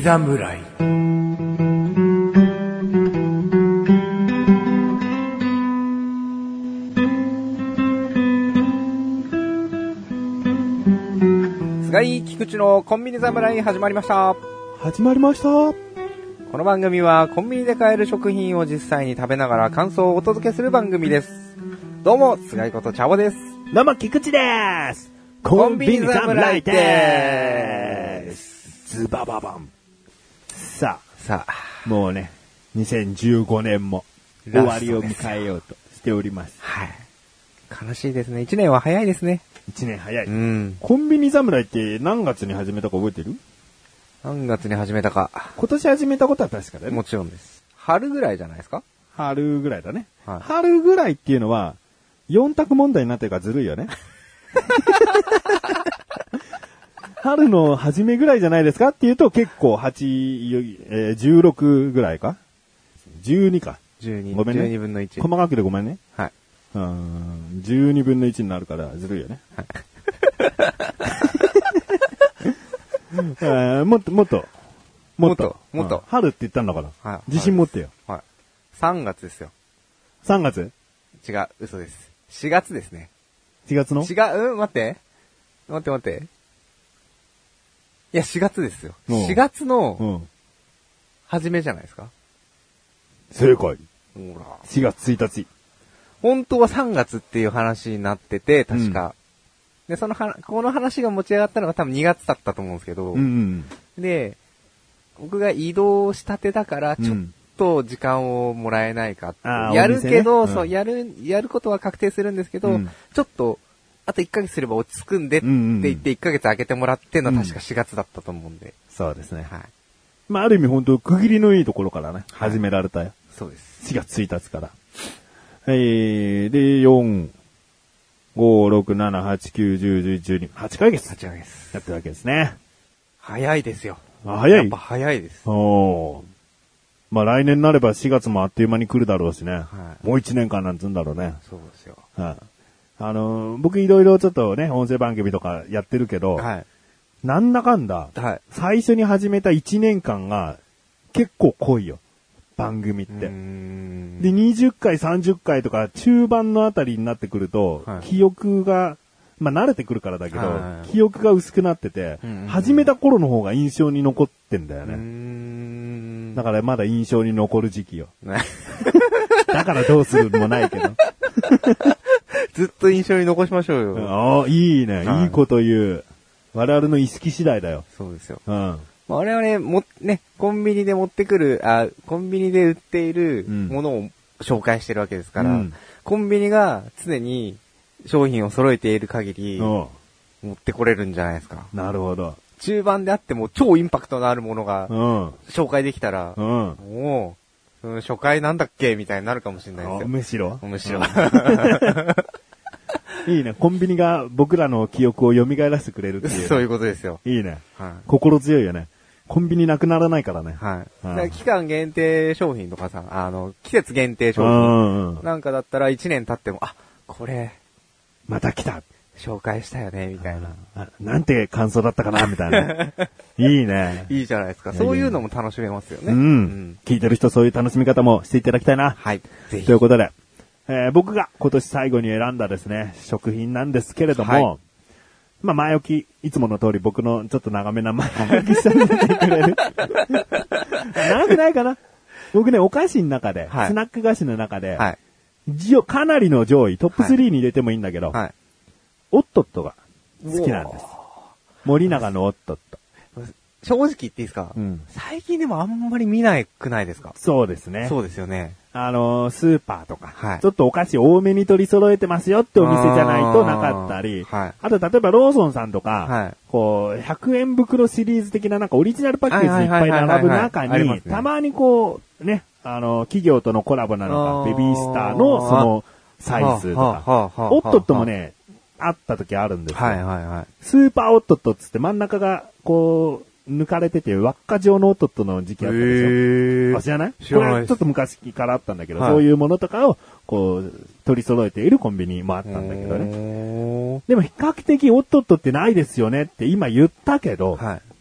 侍。菅井菊池のコンビニ侍始まりました。 始まりました。 この番組はコンビニで買える食品を実際に食べながら感想をお届けする番組です。どうも、菅井こと茶ぼです。 どうも、菊池です。コンビニ侍です。ズバババン。さあ、もうね、2015年も終わりを迎えようとしております。 はい。悲しいですね。1年は早いですね。 1年早い。 うん。 コンビニ侍って何月に始めたか覚えてる？ 何月に始めたか。 今年始めたことは確かだよね。 もちろんです。春ぐらいじゃないですか？ 春ぐらいだね。 はい、 春ぐらいっていうのは、4択問題になってるからずるいよね。春の初めぐらいじゃないですかっていうと結構16ぐらいか ?12 か。 12。 ごめんね。 12分の1。 細かくでごめんね。 はい。 12分の1になるからずるいよね。はい、もっと。春って言ったんだから。はい、自信持ってよ。 はい。3月ですよ。 3月？ 違う、嘘です。4月ですね。 4月の？ 待って。いや、4月ですよ。4月の、初めじゃないですか。 正解。 ほら。 4月1日。 本当は3月っていう話になってて、確か。で、この話が持ち上がったのが多分2月だったと思うんですけど、で、僕が移動したてだから、ちょっと時間をもらえないかって。やるけど、そう、やることは確定するんですけど、ちょっと、あと1ヶ月すれば落ち着くんでって言って1ヶ月空けてもらってのは確か4月だったと思うんで。 そうですね。 はい。 まあ、ある意味本当区切りのいいところからね、始められたよ。 そうです。 4月1日から。で、4、5、6、7、8、9、10、11、12、8ヶ月。 8ヶ月。 やってるわけですね。 早いですよ。 早い？ やっぱ早いです。 まあ来年になれば4月もあっという間に来るだろうしね。 はい、 もう1年間なんつうんだろうね。 そうですよ。 はい。僕いろいろちょっとね、音声番組とかやってるけど、 はい、 なんだかんだ、 はい、 最初に始めた1年間が結構濃いよ。番組って。で、20回、30回とか中盤のあたりになってくると、はい、記憶が、まあ慣れてくるからだけど、はい、記憶が薄くなってて、始めた頃の方が印象に残ってんだよね。だからまだ印象に残る時期よ。だからどうするもないけど。 ずっと印象に残しましょうよ。 いいね、はい。いいこと言う。我々の意識次第だよ。 そうですよ。 我 々コンビニで持ってくる、コンビニで売っているものを紹介してるわけですから、コンビニが常に商品を揃えている限り、持ってこれるんじゃないですか。 なるほど。 中盤であっても超インパクトのあるものが、紹介できたら、もう、初回なんだっけみたいになるかもしれないですよ。 むしろ。いいね。コンビニが僕らの記憶を蘇らせてくれるっていう、ね。 そういうことですよ。 いいね。 はい、 心強いよね。コンビニなくならないからね。 はい。だから期間限定商品とかさ、季節限定商品なんかだったら1年経っても、これ、 また来た。 紹介したよね、みたいな。 なんて感想だったかな、みたいな。いいね。 いいじゃないですか。そういうのも楽しめますよね。 聞いてる人そういう楽しみ方もしていただきたいな。 はい。ぜひ。 ということで、僕が今年最後に選んだですね、食品なんですけれども、はい、まあ前置き、いつもの通り僕のちょっと長めな前置きしてみてくれる。長くないかな？僕ね、お菓子の中で、スナック菓子の中で、かなりの上位、トップ3に入れてもいいんだけど、オットットが好きなんです。森永のオットット。 正直言っていいですか？最近でもあんまり見なくないですか？ そうですね。 そうですよね。 スーパーとか、ちょっとお菓子多めに取り揃えてますよってお店じゃないとなかったり、あと例えばローソンさんとか、こう、100円袋シリーズ的ななんかオリジナルパッケージにいっぱい並ぶ中に、たまにこう、ね、企業とのコラボなのか、ベビースターのそのサイズとか、オットットもね、あった時あるんですよ。スーパーオットットっつって真ん中がこう、抜かれてて輪っか状のオットットの時期あったでしょ。知らない？ 知らない。 これちょっと昔からあったんだけど、そういうものとかをこう取り揃えているコンビニもあったんだけどね。でも比較的オットットってないですよねって今言ったけど、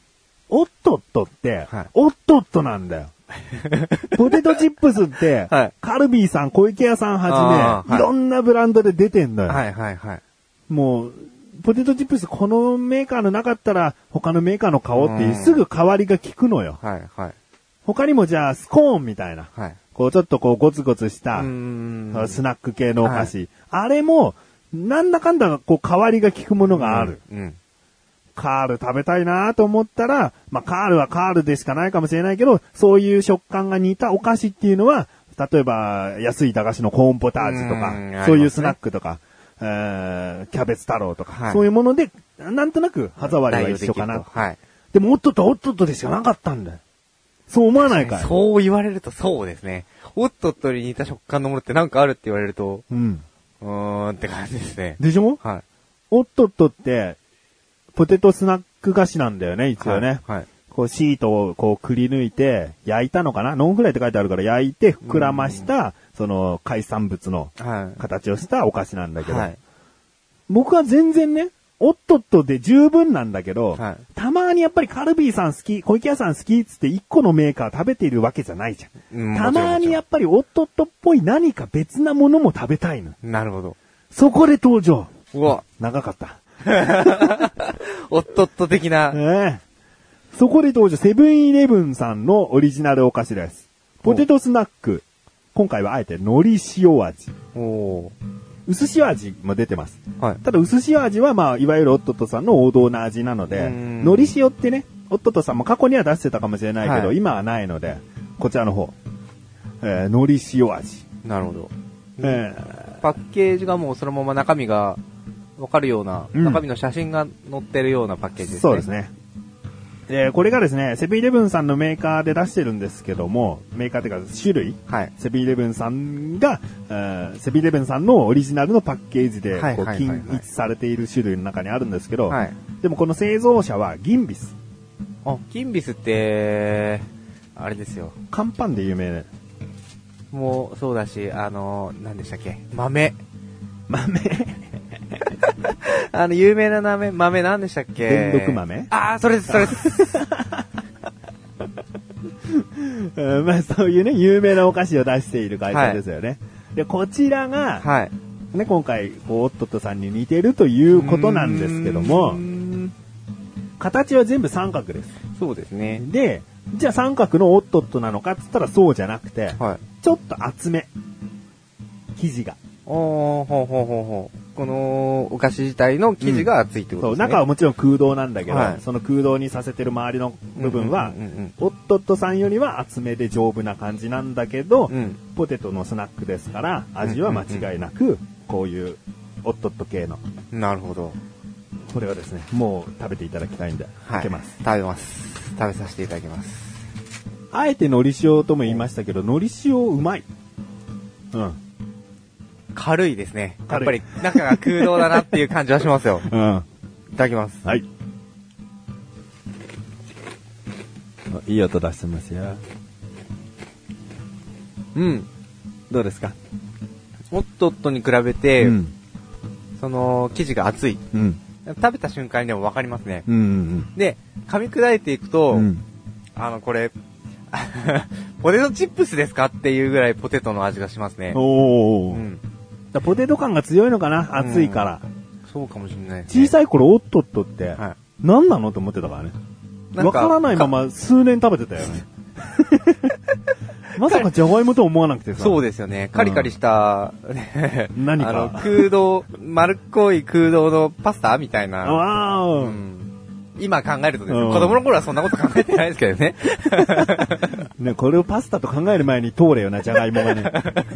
おっとっとって、おっとっとなんだよ。ポテトチップスって、カルビーさん、小池屋さんはじめ、いろんなブランドで出てんだよ。もう、ポテトチップスこのメーカーのなかったら他のメーカーの買おうっていうすぐ代わりが効くのよ。他にもじゃあスコーンみたいな、こうちょっとこうゴツゴツしたスナック系のお菓子、あれもなんだかんだこう代わりが効くものがある。カール食べたいなと思ったら、まあカールはカールでしかないかもしれないけど、そういう食感が似たお菓子っていうのは、例えば安い駄菓子のコーンポタージュとか、そういうスナックとか、キャベツ太郎とか、そういうもので、なんとなく歯触りは一緒かな。でも、おっとっとでしかなかったんだよ。そう思わないかい？ そう言われるとそうですね。おっとっとに似た食感のものってなんかあるって言われると、って感じですね。 でしょ？おっとっとって、ポテトスナック菓子なんだよね、一応ね。こうシートをこうくり抜いて、焼いたのかな？ノンフライって書いてあるから焼いて膨らました、その海産物の形をしたお菓子なんだけど、僕は全然ね、おっとっとで十分なんだけど、たまにやっぱりカルビーさん好き、小池屋さん好きっつって一個のメーカー食べているわけじゃないじゃん。たまにやっぱりおっとっとっぽい何か別なものも食べたいの。 なるほど。 そこで登場。 うわ。 長かった。 おっとっと的な。 そこで登場、セブンイレブンさんのオリジナルお菓子です。ポテトスナック。今回はあえて海苔塩味。薄塩味も出てます。ただ薄塩味はまあ、いわゆるおっとっとさんの王道な味なので、海苔塩ってね、おっとっとさんも過去には出してたかもしれないけど、今はないので、こちらの方。海苔塩味。 なるほど。パッケージがもうそのまま中身がわかるような、中身の写真が載ってるようなパッケージですね。 そうですね。これがですね、セブンイレブンさんのメーカーで出してるんですけども、メーカーっていうか種類、セブンイレブンさんが、セブンイレブンさんのオリジナルのパッケージで、こう、均一されている種類の中にあるんですけど、でもこの製造者はギンビス。 ギンビスって、あれですよ。 乾パンで有名ね。 もう、そうだし、何でしたっけ？豆。有名な豆何でしたっけ？ 電力豆？ それです。 まあそういうね、有名なお菓子を出している会社ですよね。で、こちらが、ね、今回、おっとっとさんに似てるということなんですけども、形は全部三角です。 そうですね。 で、じゃあ三角のおっとっとなのかって言ったらそうじゃなくて、ちょっと厚め。生地が。 このお菓子自体の生地が厚いってことですね。 中はもちろん空洞なんだけど、その空洞にさせてる周りの部分は、おっとっとさんよりは厚めで丈夫な感じなんだけど、ポテトのスナックですから、味は間違いなく、こういうおっとっと系の。 なるほど。 これはですね、もう食べていただきたいんで、開けます。 食べます。食べさせていただきます。 あえて海苔塩とも言いましたけど、海苔塩うまい。 軽いですね。やっぱり中が空洞だなっていう感じはしますよ。いただきます。 はい。いい音出してますよ。どうですか？ おっとっとに比べて、その生地が厚い。食べた瞬間にでも分かりますね。で、噛み砕いていくと、これ、ポテトチップスですかっていうぐらいポテトの味がしますね。ポテト感が強いのかな、熱いから。 そうかもしれないですね。 小さい頃おっとっとって、何なのと思ってたからね。わからないまま数年食べてたよね。まさかジャガイモと思わなくてさ。 そうですよね。カリカリした、 何か。 空洞、丸っこい空洞のパスタみたいな。今考えるとですね、子供の頃はそんなこと考えてないですけどね。 ね、これをパスタと考える前に通れよな、ジャガイモがね。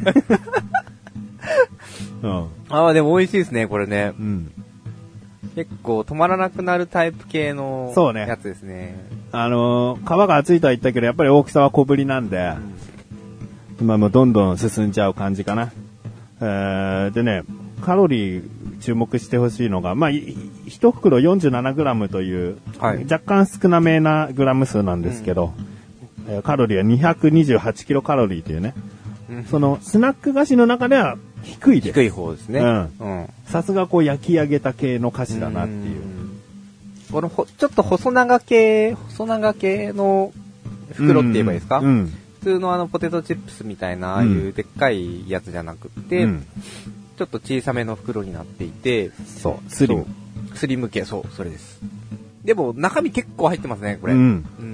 でも美味しいですね、これね。結構止まらなくなるタイプ系のやつですね。 皮が厚いとは言ったけど、やっぱり大きさは小ぶりなんで、今もうどんどん進んじゃう感じかな。でね、カロリー注目してほしいのが、まあ、一袋 47g という、若干少なめなグラム数なんですけど、カロリーは228キロカロリーというね、そのスナック菓子の中では低いです。 低い方ですね。 さすがこう焼き上げた系の菓子だなっていう。 このちょっと細長系の袋って言えばいいですか、うんうん、普通のポテトチップスみたいな、ああいうでっかいやつじゃなくって、うん、ちょっと小さめの袋になっていて、 そう、スリム系、そう、それです。でも、中身結構入ってますね、これ。うん。うん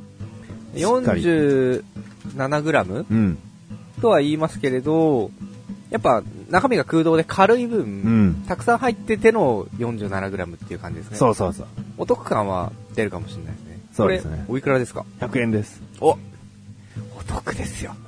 、47g、うん、とは言いますけれど、やっぱ、中身が空洞で軽い分、うん、たくさん入ってての 47g っていう感じですね。 そうそうそう。 お得感は出るかもしれないですね。 そうですね。 おいくらですか？ 100 円です。 お得ですよ。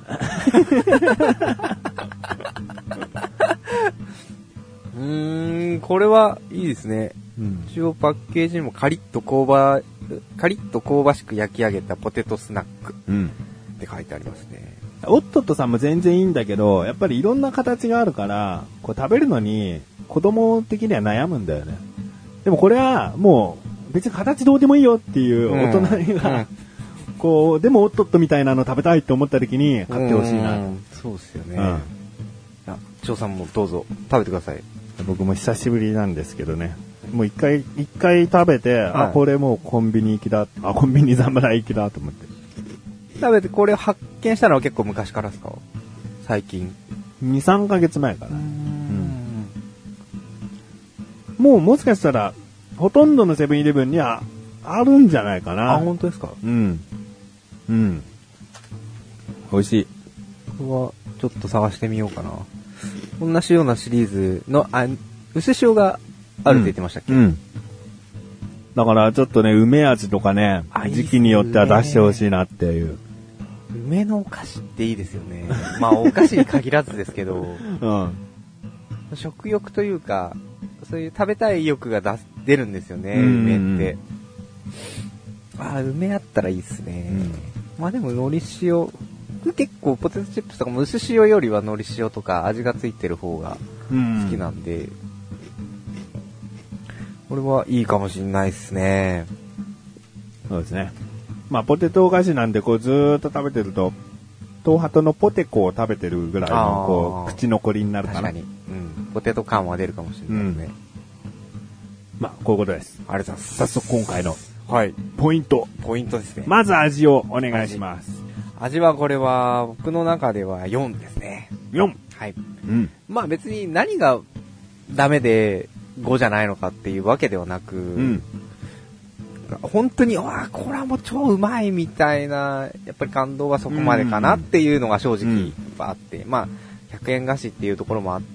これはいいですね。うん、一応パッケージにもカリッと香ばしく焼き上げたポテトスナックって書いてありますね。 オットットさんも全然いいんだけど、やっぱりいろんな形があるから、こう食べるのに子供的には悩むんだよね。でもこれはもう別に形どうでもいいよっていう大人が、こう、でもオットットみたいなの食べたいって思った時に買ってほしいな。 そうですよね。張さんもどうぞ食べてください。 僕も久しぶりなんですけどね。もう一回食べて、はい、これもうコンビニ行きだ、コンビニ侍行きだと思って。 食べてこれを発見したのは結構昔からですか？最近。 2、3ヶ月前から。もしかしたら、ほとんどのセブンイレブンにはあるんじゃないかな。 本当ですか？ うん。うん。美味しい。 これはちょっと探してみようかな。同じようなシリーズの、薄塩があるって言ってましたっけ？うん。 だからちょっとね、梅味とかね、時期によっては出してほしいなっていう。 梅のお菓子っていいですよね。まあお菓子に限らずですけど、うん、食欲というか、そういう食べたい意欲が出るんですよね、梅って。梅あったらいいですね。うん、まあでも海苔塩、結構ポテトチップスとかも薄塩よりは海苔塩とか味がついてる方が好きなんで、これはいいかもしれないですね。 そうですね。まあポテトお菓子なんでこうずーっと食べてると東ハトのポテコを食べてるぐらいのこう口残りになるかな。 確かに、うん、ポテト感は出るかもしれないですね。 まあこういうことです。 ありがとうございます。 早速今回のポイントですね。 まず味をお願いします。 味はこれは僕の中では4ですね。 4。 はい。うん。まあ別に何がダメで5じゃないのかっていうわけではなく、うん、本当にこれはもう超うまいみたいなやっぱり感動はそこまでかなっていうのが正直あって、まあ100円菓子っていうところもあって、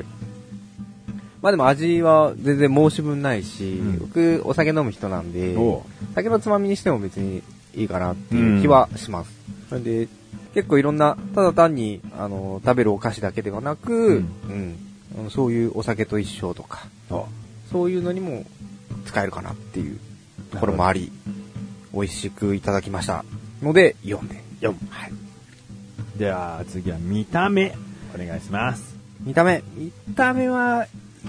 まあでも味は全然申し分ないし、僕お酒飲む人なんで酒のつまみにしても別にいいかなっていう気はします。それで結構いろんなただ単に食べるお菓子だけではなく、そういうお酒と一緒とかそういうのにも使えるかなっていうところもあり、美味しくいただきましたので4で。 4。はい。では次は見た目お願いします。 見た目は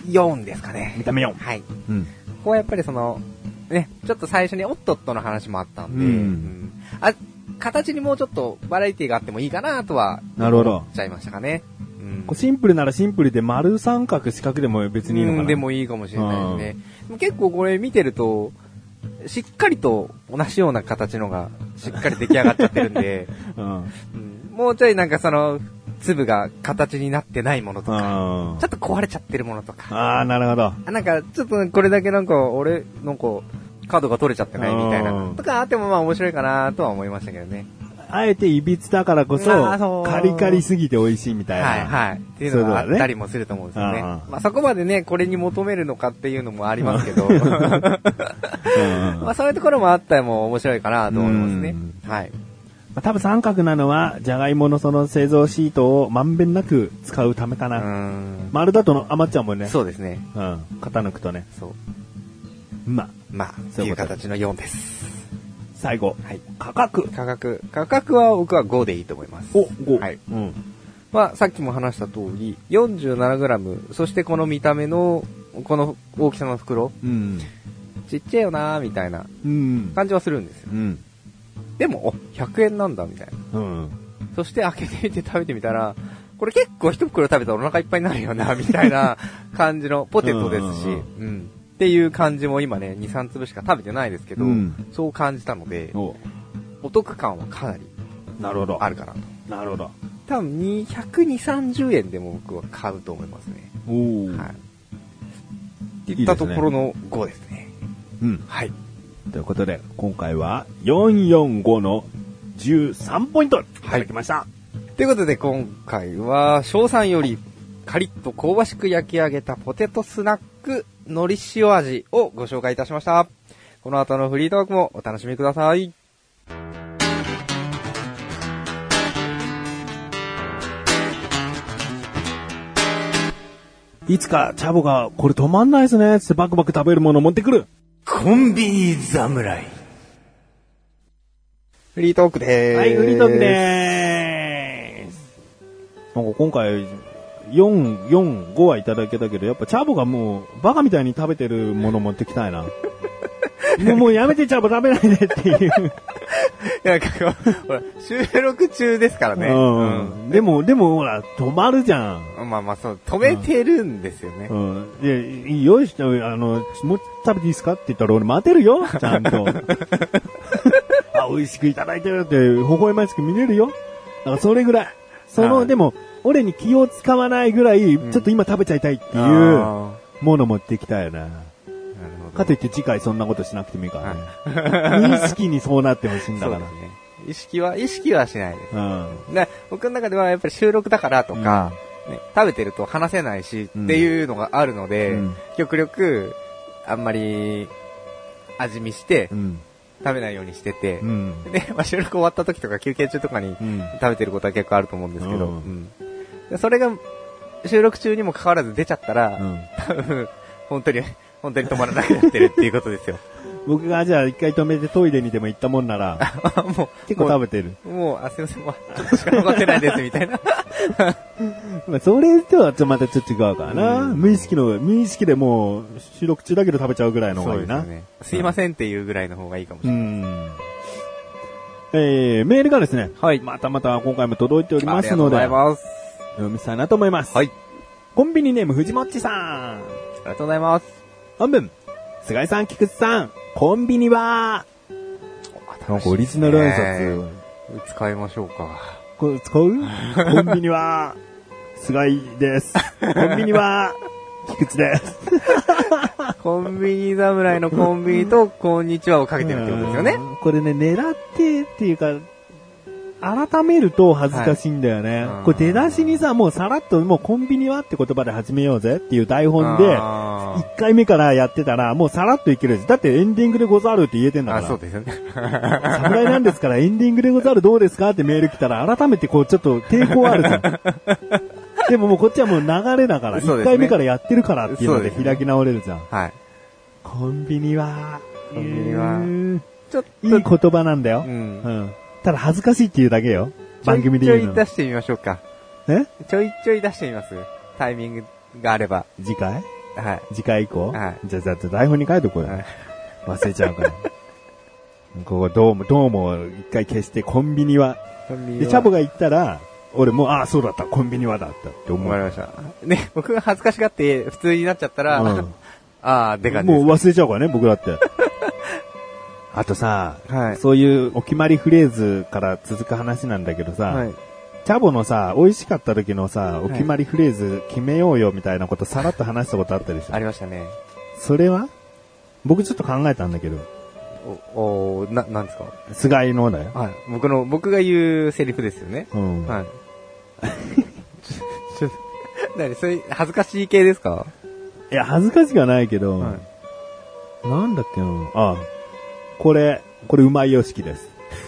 4ですかね。 見た目4。 はい。うん。ここはやっぱりちょっと最初にオットットの話もあったんで、形にもうちょっとバラエティがあってもいいかなとは思っちゃいましたかね。 シンプルならシンプルで丸三角四角でも別にいいのかな。 でもいいかもしれないですね。結構これ見てるとしっかりと同じような形のがしっかり出来上がっちゃってるんで、もうちょい粒が形になってないものとか、ちょっと壊れちゃってるものとか。 なるほど。 ちょっとこれだけ俺カードが取れちゃってないみたいなとかあってもまあ面白いかなとは思いましたけどね。 あえていびつだからこそカリカリすぎて美味しいみたいな。 はいはい。っていうのがあったりもすると思うんですよね。まあそこまでねこれに求めるのかっていうのもありますけど、まあそういうところもあったらも面白いかなと思いますね。はい。 多分三角なのはじゃがいものその製造シートをまんべんなく使うためかな。丸だと余っちゃうもんね。 そうですね。 型抜くとね。 そう。まあっていう形の4です。 最後、 はい、 価格は僕は5でいいと思います。 5。 はい。まあさっきも話した通り 47g、そしてこの見た目のこの大きさの袋、ちっちゃいよなーみたいな感じはするんですよ。でも100円なんだみたいな。そして開けてみて食べてみたらこれ結構一袋食べたらお腹いっぱいになるよなみたいな感じのポテトですし、っっていう感じも今ね、2、3粒しか食べてないですけど、そう感じたので、お得感はかなりあるかなと。 なるほど。 多分220、30円でも僕は買うと思いますね。はい。っていったところの5ですね。はい。 ということで、今回は445の13ポイントいただきました。はい、 ということで、今回は、翔さんよりカリッと香ばしく焼き上げたポテトスナック海苔塩味をご紹介いたしました。この後のフリートークもお楽しみください。 いつかチャボがこれ止まんないですねってバクバク食べるものを持ってくる。 コンビニ侍。フリートークでーす。 はい、フリートークでーす。なんか今回、4、4、5はいただけたけど、やっぱチャボがもうバカみたいに食べてるもの持ってきたいな。もうやめてチャボ食べないでっていう。 なんかほら、収録中ですからね。 でもほら、止まるじゃん。まあそう、止めてるんですよね。 で、よし、もう食べていいですかって言ったら俺待てるよ、ちゃんと。美味しくいただいてるって、微笑ましく見れるよ。だからそれぐらい。でも、俺に気を使わないぐらい、ちょっと今食べちゃいたいっていうもの持ってきたよな。かといって次回そんなことしなくてもいいからね。無意識にそうなってほしいんだから。そうですね。意識はしないです。で僕の中ではやっぱり収録だからとか、食べてると話せないしっていうのがあるので、極力あんまり味見して、食べないようにしてて、で、収録終わった時とか休憩中とかに食べてることは結構あると思うんですけど、それが収録中にもかかわらず出ちゃったら、多分本当に止まらなくなってるっていうことですよ。 僕がじゃあ一回止めてトイレにでも行ったもんなら、もう結構食べてる。 もう、すいません、ちょっとしか残ってないですみたいな。 それとはまたちょっと違うからな。無意識でもう収録中だけど食べちゃうぐらいの方がいいな。 すいませんっていうぐらいの方がいいかもしれない。 メールがですね、また今回も届いておりますので、 ありがとうございます。 読みたいなと思います。はい。コンビニネーム藤もっちさん。 ありがとうございます。 本文、菅井さん、菊池さん、コンビニは、なんかオリジナル挨拶。 使いましょうか。 これ使うコンビニは、菅井です。コンビニは、菊池です。 コンビニ侍のコンビニと、こんにちはをかけてるってことですよね。 これね、狙ってっていうか、改めると恥ずかしいんだよね。これ出だしにさ、もうさらっともうコンビニはって言葉で始めようぜっていう台本で、1回目からやってたらもうさらっといけるし、だってエンディングでござるって言えてんだから。 そうですよね。 侍なんですからエンディングでござるどうですかってメール来たら改めてこうちょっと抵抗あるじゃん。でももうこっちはもう流れだから、1回目からやってるからっていうので開き直れるじゃん。はい。コンビニは、ちょっといい言葉なんだよ。ただ恥ずかしいっていうだけよ。番組で言うの。 ちょい出してみましょうか。ちょいちょい出してみます。タイミングがあれば。 次回？ はい。 次回以降？はい。じゃあ台本に書いとこうよ。はい、忘れちゃうから。ここどうも一回消してコンビニは。で、チャボが言ったら、俺もそうだった、コンビニはだったって思う。 わかりました。ね、僕が恥ずかしがって普通になっちゃったら、でかい。 もう忘れちゃうからね、僕だって。あとさ、そういうお決まりフレーズから続く話なんだけどさ、チャボのさ、美味しかった時のさ、お決まりフレーズ決めようよみたいなことさらっと話したことあったでしょ。 ありましたね。 それは僕ちょっと考えたんだけど。 なんですか？ 菅井のだよ。 はい。僕が言うセリフですよね。はい。何それ、恥ずかしい系ですか？ いや、恥ずかしくはないけど、なんだっけな。これうまいよしきです。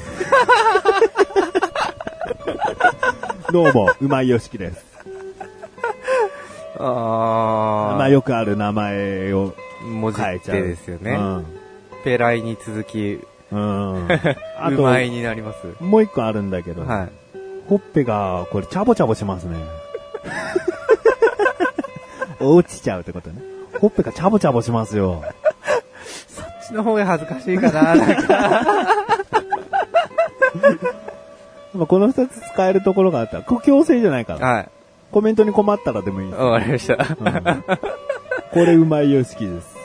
どうも、うまいよしきです。まあよくある名前を文字ってですよね。ペライに続き、あとうまいになります。 もう一個あるんだけど、ほっぺがこれチャボチャボしますね。落ちちゃうってことね。ほっぺがチャボチャボしますよ。 そっちの方が恥ずかしいかな、なんか。 この二つ使えるところがあったら、強制じゃないから。はい。コメントに困ったらでもいいです。 わかりました。 これうまいよしきです。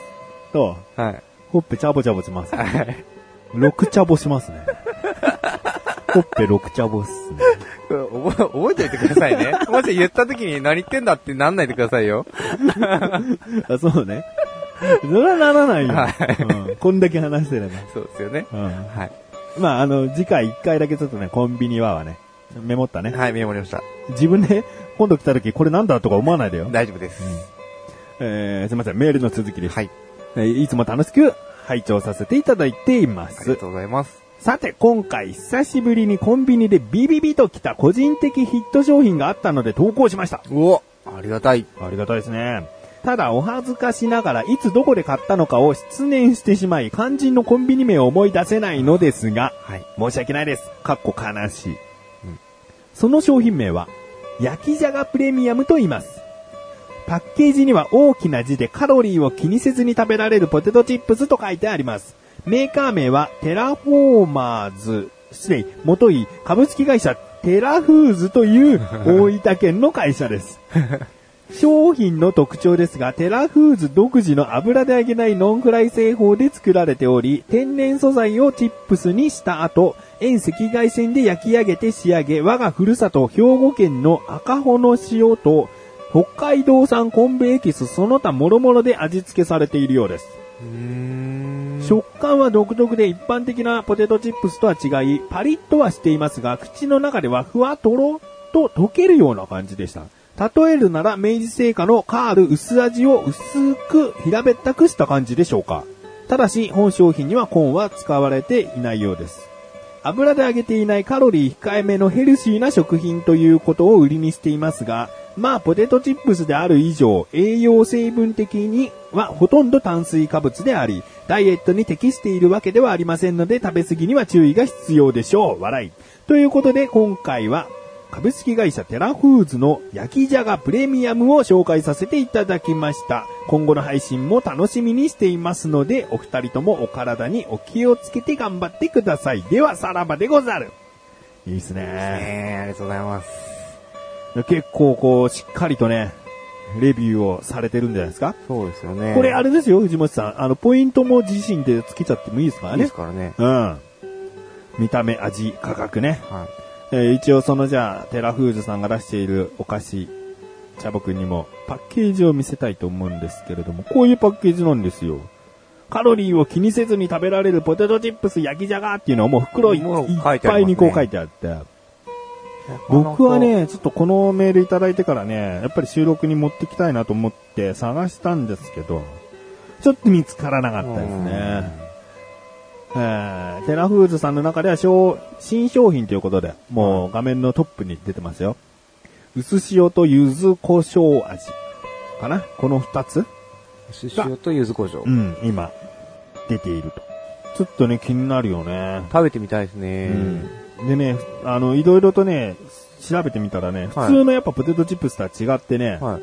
と、 はい。 ほっぺチャボチャボします、ね。 はい。 6チャボしますね。ほっぺ6チャボっすね。 覚えておいてくださいね。もし言った時に何言ってんだってなんないでくださいよ。 あ、そうね。それはならないよ。 はい、 うん。こんだけ話してれば。 そうですよね。 うん。 はい。 まあ、次回1回だけちょっとね、コンビニはね、メモったね。 はい、メモりました。 自分で、今度来た時これなんだとか思わないでよ。 大丈夫です。 すいません、メールの続きです。 はい。 いつも楽しく拝聴させていただいています。 ありがとうございます。 さて、今回久しぶりにコンビニでビビビと来た個人的ヒット商品があったので投稿しました。 お、ありがたい。 ありがたいですね。ただ、お恥ずかしながらいつどこで買ったのかを失念してしまい、肝心のコンビニ名を思い出せないのですが、 はい、 申し訳ないです。かっこ悲しい。その商品名は、焼きじゃがプレミアムと言います。パッケージには大きな字でカロリーを気にせずに食べられるポテトチップスと書いてあります。メーカー名はテラフォーマーズ、元井株式会社テラフーズという大分県の会社です。商品の特徴ですが、テラフーズ独自の油で揚げないノンフライ製法で作られており、天然素材をチップスにした後、遠赤外線で焼き上げて仕上げ、我がふるさと兵庫県の赤穂の塩と、北海道産昆布エキスその他諸々で味付けされているようです。食感は独特で一般的なポテトチップスとは違い、パリッとはしていますが、口の中ではふわとろっと溶けるような感じでした。例えるなら明治製菓のカール薄味を薄く平べったくした感じでしょうか。ただし本商品にはコーンは使われていないようです。油で揚げていないカロリー控えめのヘルシーな食品ということを売りにしていますが、まあポテトチップスである以上、栄養成分的にはほとんど炭水化物であり、ダイエットに適しているわけではありませんので、食べ過ぎには注意が必要でしょう。笑い。ということで今回は株式会社テラフーズの焼きじゃがプレミアムを紹介させていただきました。今後の配信も楽しみにしていますので、お二人ともお体にお気をつけて頑張ってください。ではさらばでござる。いいですね。 ありがとうございます。 結構しっかりとね、レビューをされてるんじゃないですか。 そうですよね。 これあれですよ、藤本さん。ポイントも自身でつけちゃってもいいですからね。 いいですからね。 うん。見た目、味、価格ね。 はい。 一応じゃあ、テラフーズさんが出しているお菓子、茶僕にもパッケージを見せたいと思うんですけれども、こういうパッケージなんですよ。カロリーを気にせずに食べられるポテトチップス焼きじゃがっていうのはもう袋いっぱいにこう書いてあって。僕はね、ちょっとこのメールいただいてからね、やっぱり収録に持ってきたいなと思って探したんですけど、ちょっと見つからなかったですね。テラフーズさんの中では新商品ということで、もう画面のトップに出てますよ。薄塩と柚子胡椒味かな、この2つ。 薄塩と柚子胡椒。 うん、今出ていると。ちょっとね、気になるよね。 食べてみたいですね。 うん、でね、いろいろとね、調べてみたらね、普通のやっぱポテトチップスとは違ってね、はい、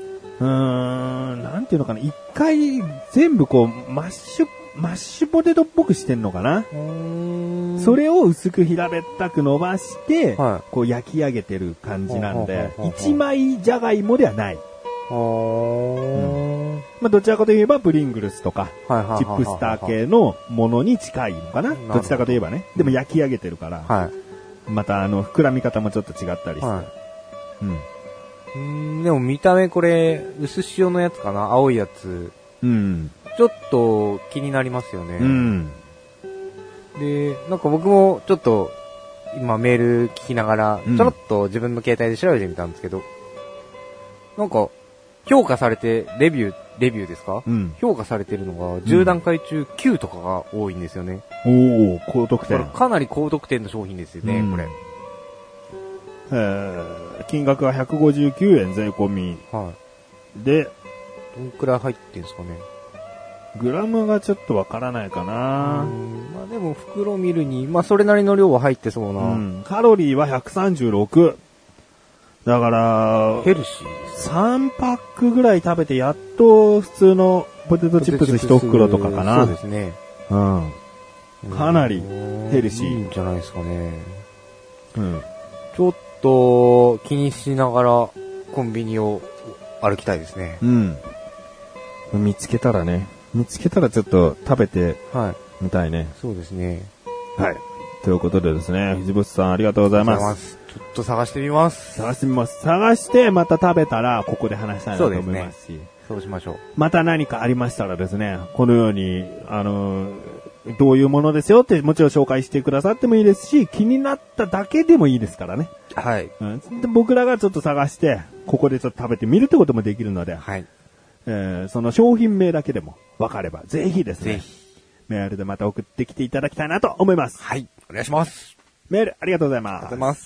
なんていうのかな、一回全部マッシュポテトっぽくしてんのかな。それを薄く平べったく伸ばして、はい、焼き上げてる感じなんで、一枚じゃがいもではない。まあ、どちらかといえばプリングルスとか、チップスター系のものに近いのかな。どちらかといえばね。でも焼き上げてるから、はい、また膨らみ方もちょっと違ったりして。はい、 でも見た目これ、薄塩のやつかな、青いやつ。うん。ちょっと気になりますよね。うん。で、なんか僕もちょっと今メール聞きながら、ちょろっと自分の携帯で調べてみたんですけど、なんか評価されて、レビューですか？うん。評価されてるのが10段階中9とかが多いんですよね。 おー、高得点。 かなり高得点の商品ですよね、これ。 金額は159円税込み。はい。で、 どんくらい入ってんですかね。 グラムがちょっとわからないかな。 まあでも袋見るに、まあそれなりの量は入ってそうな。 カロリーは136。だから、 ヘルシーですね。 3パックぐらい食べてやっと普通のポテトチップス1袋とかかな。 そうですね。 うん。かなりヘルシー。 いいんじゃないですかね。うん。ちょっと気にしながらコンビニを歩きたいですね。 うん。見つけたらね、 見つけたらちょっと食べてみたいね。 そうですね。 はい。ということでですね、藤星さんありがとうございます。 ちょっと探してみます。 探してまた食べたらここで話したいなと思いますし。 そうしましょう。 また何かありましたらですね、このように、どういうものですよってもちろん紹介してくださってもいいですし、気になっただけでもいいですからね。 はい。 で僕らがちょっと探して、ここでちょっと食べてみるってこともできるので、 はい。 その商品名だけでも分かれば、ぜひですね。 ぜひ。 メールでまた送ってきていただきたいなと思います。 はい。お願いします。 メールありがとうございます。 ありがとうございます。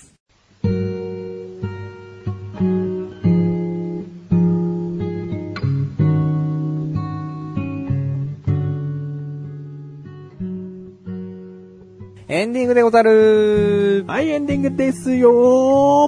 エンディングでござる。 はい、エンディングですよ。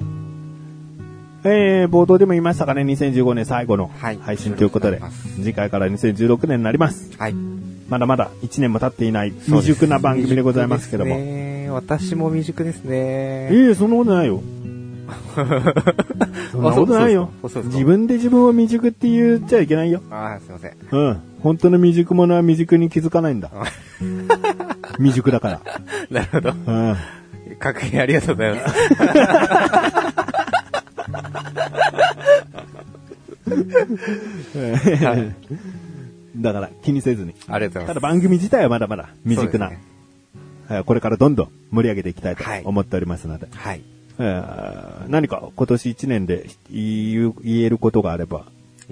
冒頭でも言いましたかね、2015年最後の配信ということで、次回から2016年になります。 はい。 まだまだ1年も経っていない未熟な番組でございますけども。 私も未熟ですね。 そんなことないよ。そんなことないよ。自分で自分を未熟って言っちゃいけないよ。 ああ、すいません。 うん。本当の未熟者は未熟に気づかないんだ。未熟だから。 なるほど。うん。確認ありがとうございます。 だから気にせずに。 ありがとうございます。 ただ番組自体はまだまだ未熟な、これからどんどん盛り上げていきたいと思っておりますので。 はい。 何か今年1年で言えることがあれば。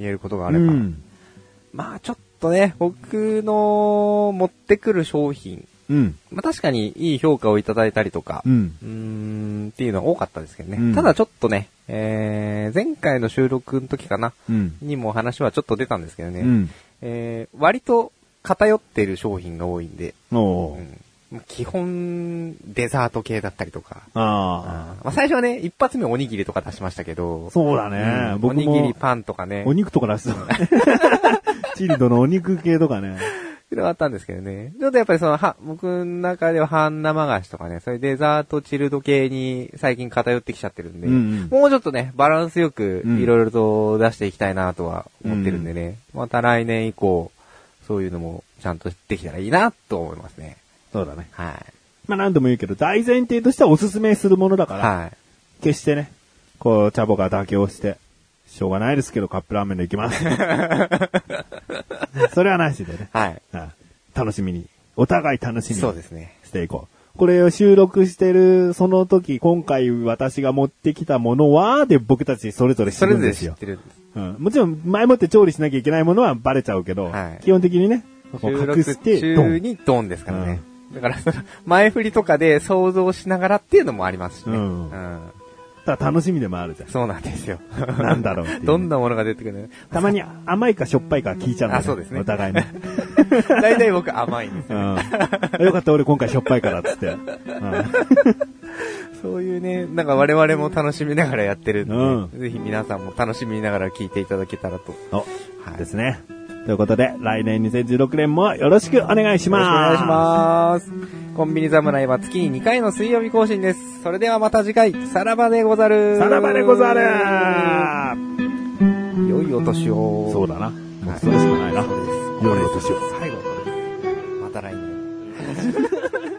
まあちょっとね、僕の持ってくる商品。まあ確かにいい評価をいただいたりとか、っていうのは多かったですけどね。ただちょっとね、前回の収録の時かな、にも話はちょっと出たんですけどね、割と偏っている商品が多いんで、基本デザート系だったりとか、まあ最初はね、一発目おにぎりとか出しましたけど、 そうだね、 僕もおにぎりパンとかね、 お肉とか出すチルドのお肉系とかね。 っていうのがあったんですけどね。ちょっとやっぱり僕の中では半生菓子とかね、そういうデザートチルド系に最近偏ってきちゃってるんで、もうちょっとね、バランスよくいろいろと出していきたいなとは思ってるんでね、また来年以降、そういうのもちゃんとできたらいいなと思いますね。 そうだね。 はい。 まあ何度も言うけど、大前提としてはおすすめするものだから、決してね、こう、チャボが妥協して、しょうがないですけど、カップラーメンでいきます。それはなしでね。 はい。 楽しみに。お互い楽しみに。 そうですね。 していこう。これを収録してる、その時、今回私が持ってきたものは、で、僕たちそれぞれ知るんですよ。 それぞれ知ってるんです。 もちろん、前もって調理しなきゃいけないものはバレちゃうけど、基本的にね、 隠して、中にドンですからね。だから、前振りとかで想像しながらっていうのもありますしね。 ただ楽しみでもあるじゃん。 そうなんですよ。 なんだろうっていう。 どんなものが出てくるのたまに甘いかしょっぱいか聞いちゃうんだよね。 そうですね。 お互いね。 大体僕甘いんですよ、 よかった、俺今回しょっぱいからっつって。 そういうね、なんか我々も楽しみながらやってるんで、ぜひ皆さんも楽しみながら聞いていただけたらと。 ですね。ということで、来年2016年もよろしくお願いします。 よろしくお願いします。コンビニ侍は月に2回の水曜日更新です。それではまた次回、さらばでござる。 さらばでござる。 良いお年を。 そうだな。もうそれしかないな。良いお年を。 最後のこれです。また来年。